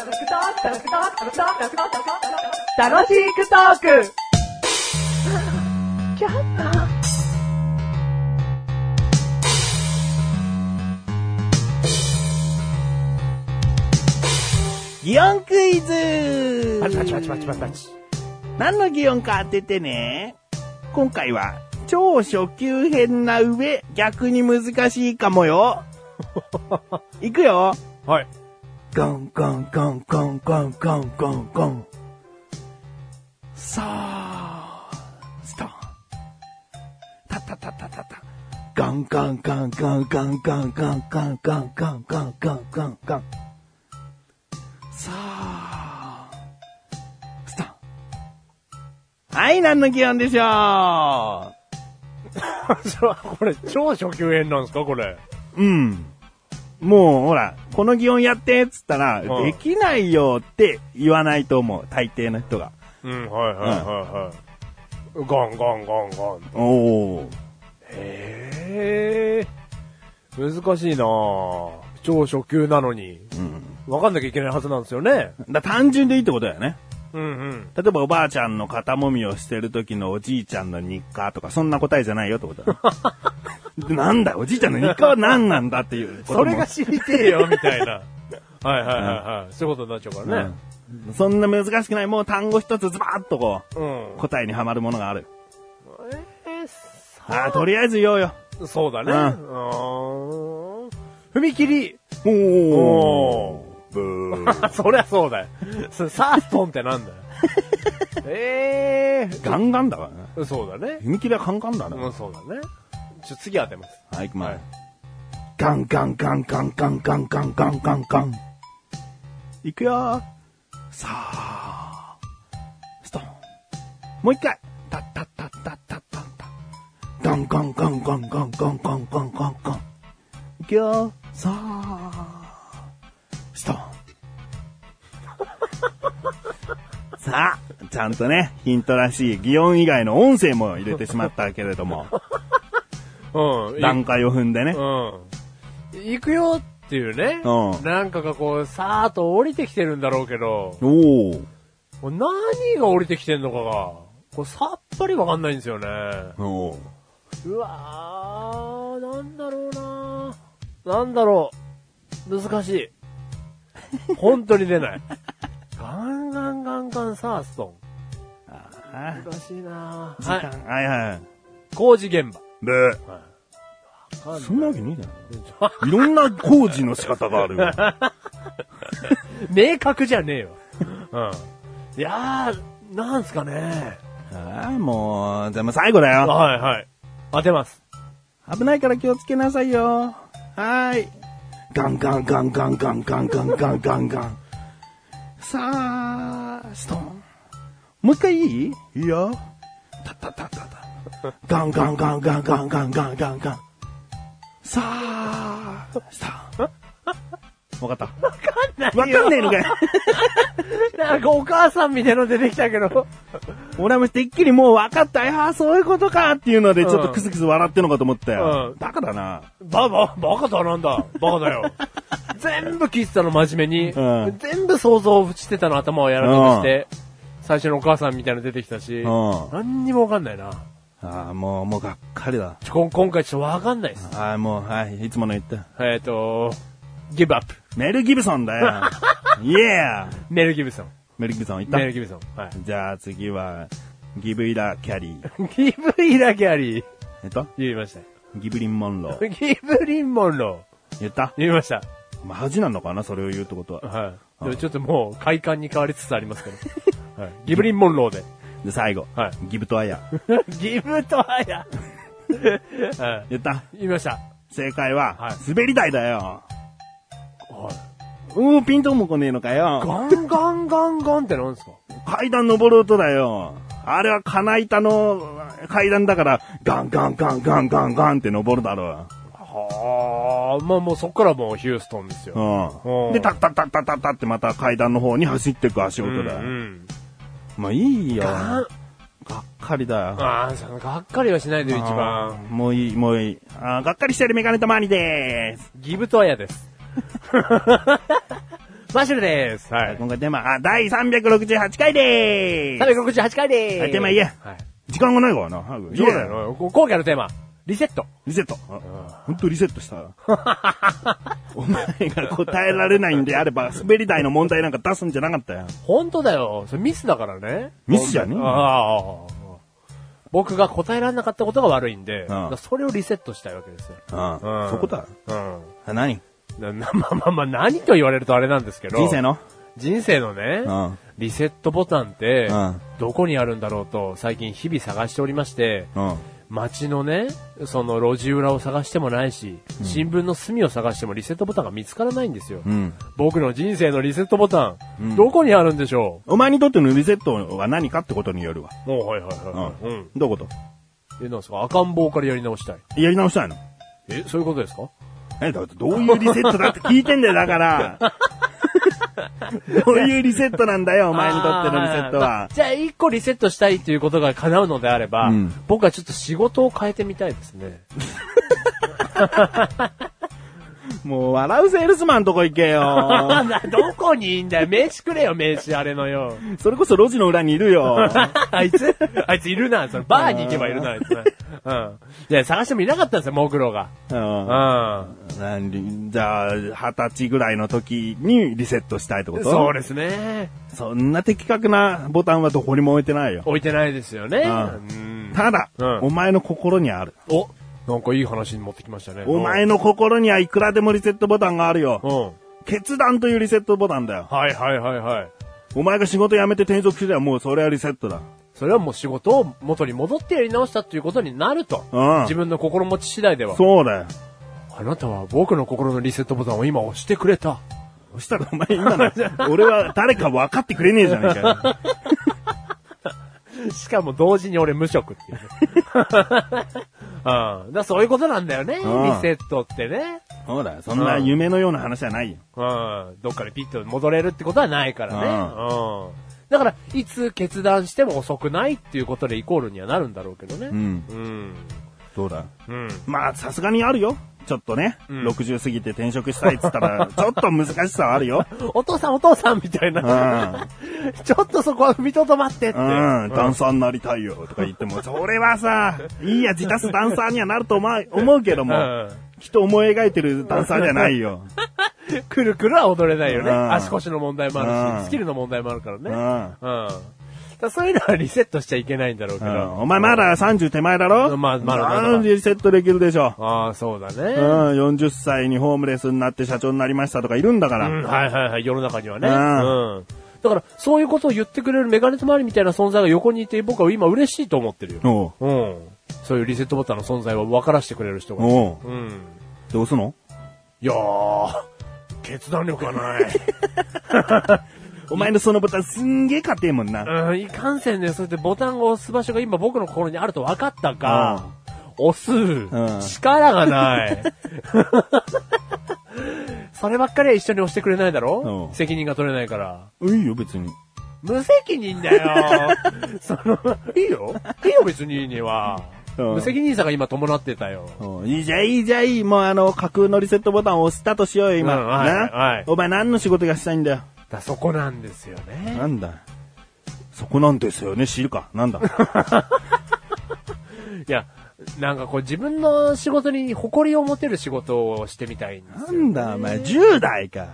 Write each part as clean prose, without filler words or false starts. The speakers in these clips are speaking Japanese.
楽しくトーク擬音クイズ。 パチパチパチパチパチパチ。 何の擬音か当ててね。今回は超初級編な上逆に難しいかもよ。いくよ。 はい。 ゴンゴンゴンゴンゴンゴンゴンゴン。さあ、ストン。タタタタタタ。ゴンゴンゴンゴンゴンゴンゴンゴンゴンゴンゴンゴンゴンゴン。さあ、ストン。はい、何の擬音でしょう。これ超初級編なんですかこれ。 うん。もうほら、この擬音やってっつったら、できないよって言わないと思う、大抵の人が。 うん、はいはいはいはい。ゴンゴンゴンゴン。 おー。 へー。難しいなぁ。超初級なのに。わかんなきゃいけないはずなんですよね。 単純でいいってことだよね。 うんうん。 例えばおばあちゃんの肩もみをしてる時のおじいちゃんの日課とか、そんな答えじゃないよってことだ。なんだ、おじいちゃんの日課は何なんだっていうことも。 それが知りてえよ、みたいな。はいはいはいはい。そういうことになっちゃうからね。 そんな難しくない、もう単語一つズバーッとこう、 答えにはまるものがある。とりあえず言おうよ。 そうだね。踏切。 おー。ブー。 そりゃそうだよ。サーストンってなんだよ。 ガンガンだからね。 そうだね。 踏切はカンカンだね。 そうだね。次当てます。 はい、行くまい。ガンガンガンガンガンガンガンガンガンガン。いくよー。さあ。ストン。もう一回。タッタッタッタッタッタッタ。ガンガンガンガンガンガンガンガンガンガン。いくよー。さあ。ストン。さあ、ちゃんとね、ヒントらしい擬音以外の音声も入れてしまったけれども。段階を踏んでね。 行くよっていうね。なんかがこう、さーっと降りてきてるんだろうけど。何が降りてきてんのかが、こうさっぱりわかんないんですよね。うわー、なんだろうなー。なんだろう。難しい。本当に出ない。ガンガンガンガンサーストン。難しいなぁ。 はいはい。 工事現場。 ブー。そんなわけねえだろ。いろんな工事の仕方があるよ。 明確じゃねえよ。いやー、なんすかね。 もう、でも最後だよ。 はいはい。当てます。 危ないから気をつけなさいよ。はい。ガンガンガンガンガンガンガンガンガンガン。さあ、ストーン。もう一回いい？いいよ。タタタタタ。ガンガンガンガンガンガンガンガンガン。さあ、ストーン。わかった。 わかんないよ。 わかんねえのかよ。 なんかお母さんみたいの出てきたけど。 俺もてっきりもうわかった。そういうことかっていうのでちょっとクスクス笑ってんのかと思ったよ。バカだな。 バカだなんだ。バカだよ。全部聞いてたの真面目に。全部想像してたの頭をやらかして。最初のお母さんみたいなの出てきたし。何にもわかんないな。 もうがっかりだ。 今回ちょっとわかんないです。 もう、はい、いつもの言った。 ギブアップ。 メル・ギブソンだよ。イエーメル・ギブソン。 メル・ギブソン言った？ メル・ギブソン。はい。 じゃあ次は、ギブイラ・キャリー。 ギブイラ・キャリー。言いました。 ギブリン・モンロー。 ギブリン・モンロー。言った？ 言いました。 恥なのかなそれを言うってことは。 はい。でもちょっともう快感に変わりつつありますけど。はい。ギブリン・モンローで。 で、最後。 はい。 ギブとアヤ。 ギブとアヤ。 言った？ 言いました。 正解は、滑り台だよ。 はい。 ピンとも来ねえのかよ。 ガンガンガンガンってなんですか？ 階段登る音だよ。あれは金板の階段だから、ガンガンガンガンガンガンって登るだろう。 まあもうそっからもうヒューストンですよ。 で、タッタッタッタッタッタってまた階段の方に走っていく足音だよ。まあいいよ。がっかりだよ。 がっかりはしないでよ、一番。 もういい。がっかりしてるメガネとマニでーす。 ギブとアヤです。 マッシュルです。はい。 今回テーマ、第368回でーす。 368回でーす。 はい、テーマいいや。はい。時間がないからな。 そうだよ。今回のテーマ、リセット。 リセット。ほんとリセットした。お前が答えられないんであれば、滑り台の問題なんか出すんじゃなかったよ。 ほんとだよ。それミスだからね。 ミスじゃねえ。 僕が答えられなかったことが悪いんで、それをリセットしたいわけですよ。 そこだ。何何と言われるとあれなんですけど。人生のね、リセットボタンって、どこにあるんだろうと、最近日々探しておりまして、街のね、その路地裏を探してもないし、新聞の隅を探してもリセットボタンが見つからないんですよ。僕の人生のリセットボタン、どこにあるんでしょう。お前にとってのリセットは何かってことによるわ。 はいはいはい。 どういうこと？ なんですか？赤ん坊からやり直したい。 やり直したいの？ そういうことですか？ だってどういうリセットだって聞いてんだよ、だから。どういうリセットなんだよ、お前にとってのリセットは。 じゃあ、一個リセットしたいということが叶うのであれば、僕はちょっと仕事を変えてみたいですね。 もう、笑うセールスマンとこ行けよ。 どこにいいんだよ。名刺くれよ、名刺、あれのよ。 それこそ路地の裏にいるよ。 あいついるな。そのバーに行けばいるな、あいつ。いや、探してもいなかったんですよ、モグロが。 じゃあ、20歳ぐらいの時にリセットしたいってこと？ そうですね。 そんな的確なボタンはどこにも置いてないよ。 置いてないですよね。 ただ、お前の心にある。 なんかいい話に持ってきましたね。 お前の心にはいくらでもリセットボタンがあるよ。決断というリセットボタンだよ。 はいはいはいはい。 お前が仕事辞めて転属すればもうそれはリセットだ。 それはもう仕事を元に戻ってやり直したっていうことになると。自分の心持ち次第では。 そうだよ。 あなたは僕の心のリセットボタンを今押してくれた。 押したらお前今の、俺は誰か分かってくれねえじゃねえかよ。 しかも同時に俺無職っていうね。だそういうことなんだよね、リセットってね。 そうだよ。そんな夢のような話はないよ。 どっかでピッと戻れるってことはないからね。だから、いつ決断しても遅くないっていうことでイコールにはなるんだろうけどね。 そうだ。まあ、さすがにあるよ。ちょっとね、60過ぎて転職したいっつったら、ちょっと難しさはあるよ。 お父さんみたいな。ちょっとそこは踏みとどまってって。 ダンサーになりたいよとか言っても、それはさ、いいや、自達ダンサーにはなると思うけども、きっと思い描いてるダンサーじゃないよ。 くるくるは踊れないよね。足腰の問題もあるし、スキルの問題もあるからね。そういうのはリセットしちゃいけないんだろうけど。 お前まだ30手前だろ？ まだ。 リセットできるでしょ。 そうだね。 40歳にホームレスになって社長になりましたとかいるんだから。 はい、世の中にはね。だから、そういうことを言ってくれるメガネと周りみたいな存在が横にいて、僕は今嬉しいと思ってるよ。そういうリセットボタンの存在を分からせてくれる人が。 どうすんの？ いやー、決断力がない。 お前のそのボタンすんげえ硬いもんな。 いかんせんね、そうやってボタンを押す場所が今僕の心にあると分かったか、押す、力がない。そればっかりは一緒に押してくれないだろ？責任が取れないから。いいよ、別に。 無責任だよ。いいよ別にには。無責任さが今伴ってたよ。 いいじゃい。もう架空のリセットボタンを押したとしようよ、今。お前何の仕事がしたいんだよ。 そこなんですよね。 なんだ。そこなんですよね、知るか。なんだ。 いや、なんかこう自分の仕事に誇りを持てる仕事をしてみたいんですよ、ね。 なんだ、お前10代か。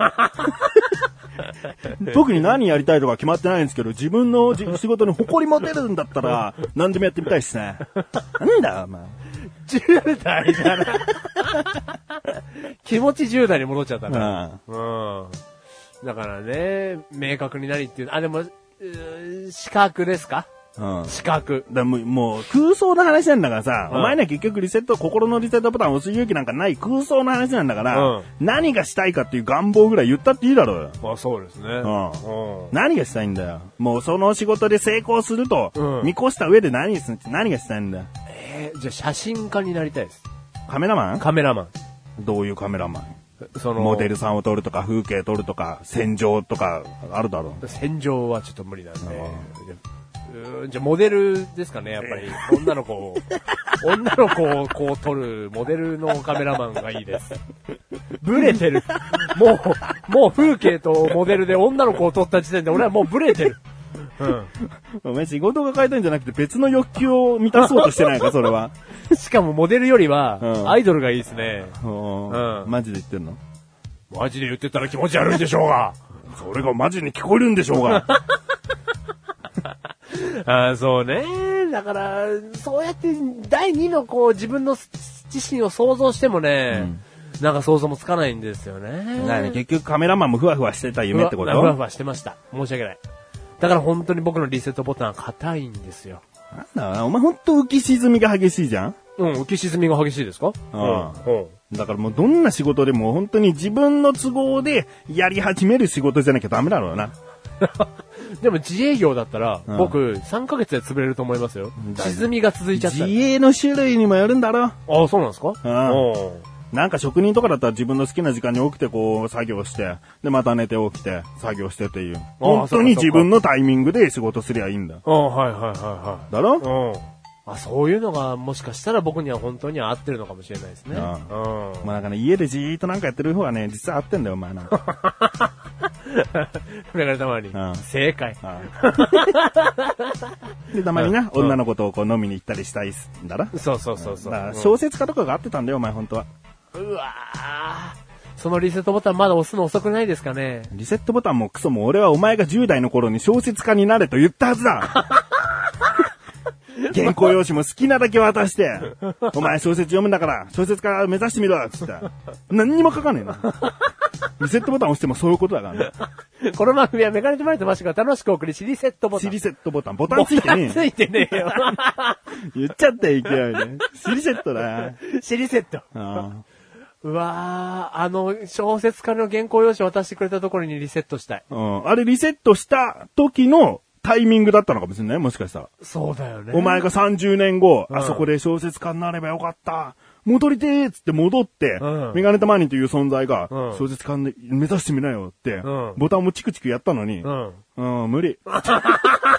特に何やりたいとか決まってないんですけど、自分の仕事に誇り持てるんだったら、何でもやってみたいっすね。なんだ、お前。 10代だな。気持ち10代に戻っちゃったな。だからね、明確に何っていう、でも、資格ですか？資格。 もう空想の話なんだからさ、お前には結局心のリセットボタンを押す勇気なんかない空想の話なんだから、何がしたいかっていう願望ぐらい言ったっていいだろうよ。 そうですね。 何がしたいんだよ。もうその仕事で成功すると、見越した上で何がしたいんだよ。 じゃあ写真家になりたいです。 カメラマン？ カメラマン。 どういうカメラマン？モデルさんを撮るとか、風景撮るとか、戦場とか、あるだろう。 戦場はちょっと無理なんで。じゃあモデルですかね、やっぱり。女の子をこう撮るモデルのカメラマンがいいです。ブレてる。ももう風景とモデルで女の子を撮った時点で俺はもうブレてる。 お前仕事が変えたんじゃなくて別の欲求を満たそうとしてないか、それは。 しかもモデルよりは、アイドルがいいですね。 マジで言ってんの？ マジで言ってたら気持ち悪いでしょうが。 それがマジに聞こえるんでしょうが。 そうね。だから、そうやって第2のこう自分の自身を想像してもね、なんか想像もつかないんですよね。 結局カメラマンもふわふわしてた夢ってこと？ ふわふわしてました。申し訳ない。だから本当に僕のリセットボタンは硬いんですよ。 なんだ、お前本当浮き沈みが激しいじゃん？ 浮き沈みが激しいですか？ だからもうどんな仕事でも本当に自分の都合でやり始める仕事じゃなきゃダメだろうな。 でも自営業だったら、僕3ヶ月で潰れると思いますよ。沈みが続いちゃった。 自営の種類にもよるんだろ。 ああ、そうなんですか？ なんか職人とかだったら自分の好きな時間に起きてこう作業して、でまた寝て起きて作業してっていう。本当に自分のタイミングで仕事すりゃいいんだ。だろ？ そういうのがもしかしたら僕には本当に合ってるのかもしれないですね。 まあなんかね、家でじーっとなんかやってる方がね、実は合ってんだよ、お前な。 メガネたまに。正解。 で、たまにな、女の子とこう飲みに行ったりしたいんだろ？ そう。 小説家とかが合ってたんだよ、お前本当は。 うわー。そのリセットボタンまだ押すの遅くないですかね？ リセットボタンもクソも俺はお前が10代の頃に小説家になれと言ったはずだ。原稿用紙も好きなだけ渡して、お前小説読むんだから小説家目指してみろっつって。何にも書かねえな。リセットボタン押してもそういうことだからね。 この番組はメガネとマリとマシが楽しくお送りしリセットボタン。 シリセットボタン。ボタンついてねえよ。 ついてねえよ。 言っちゃったよ、勢いで。シリセットだ。 シリセット。うわー、小説家の原稿用紙渡してくれたところにリセットしたい。 あれリセットした時のタイミングだったのかもしれない、もしかしたら。 そうだよね。 お前が30年後、あそこで小説家になればよかった。戻りてーっつって戻って、メガネタマーニという存在が、小説家目指してみなよって、ボタンもチクチクやったのに、無理。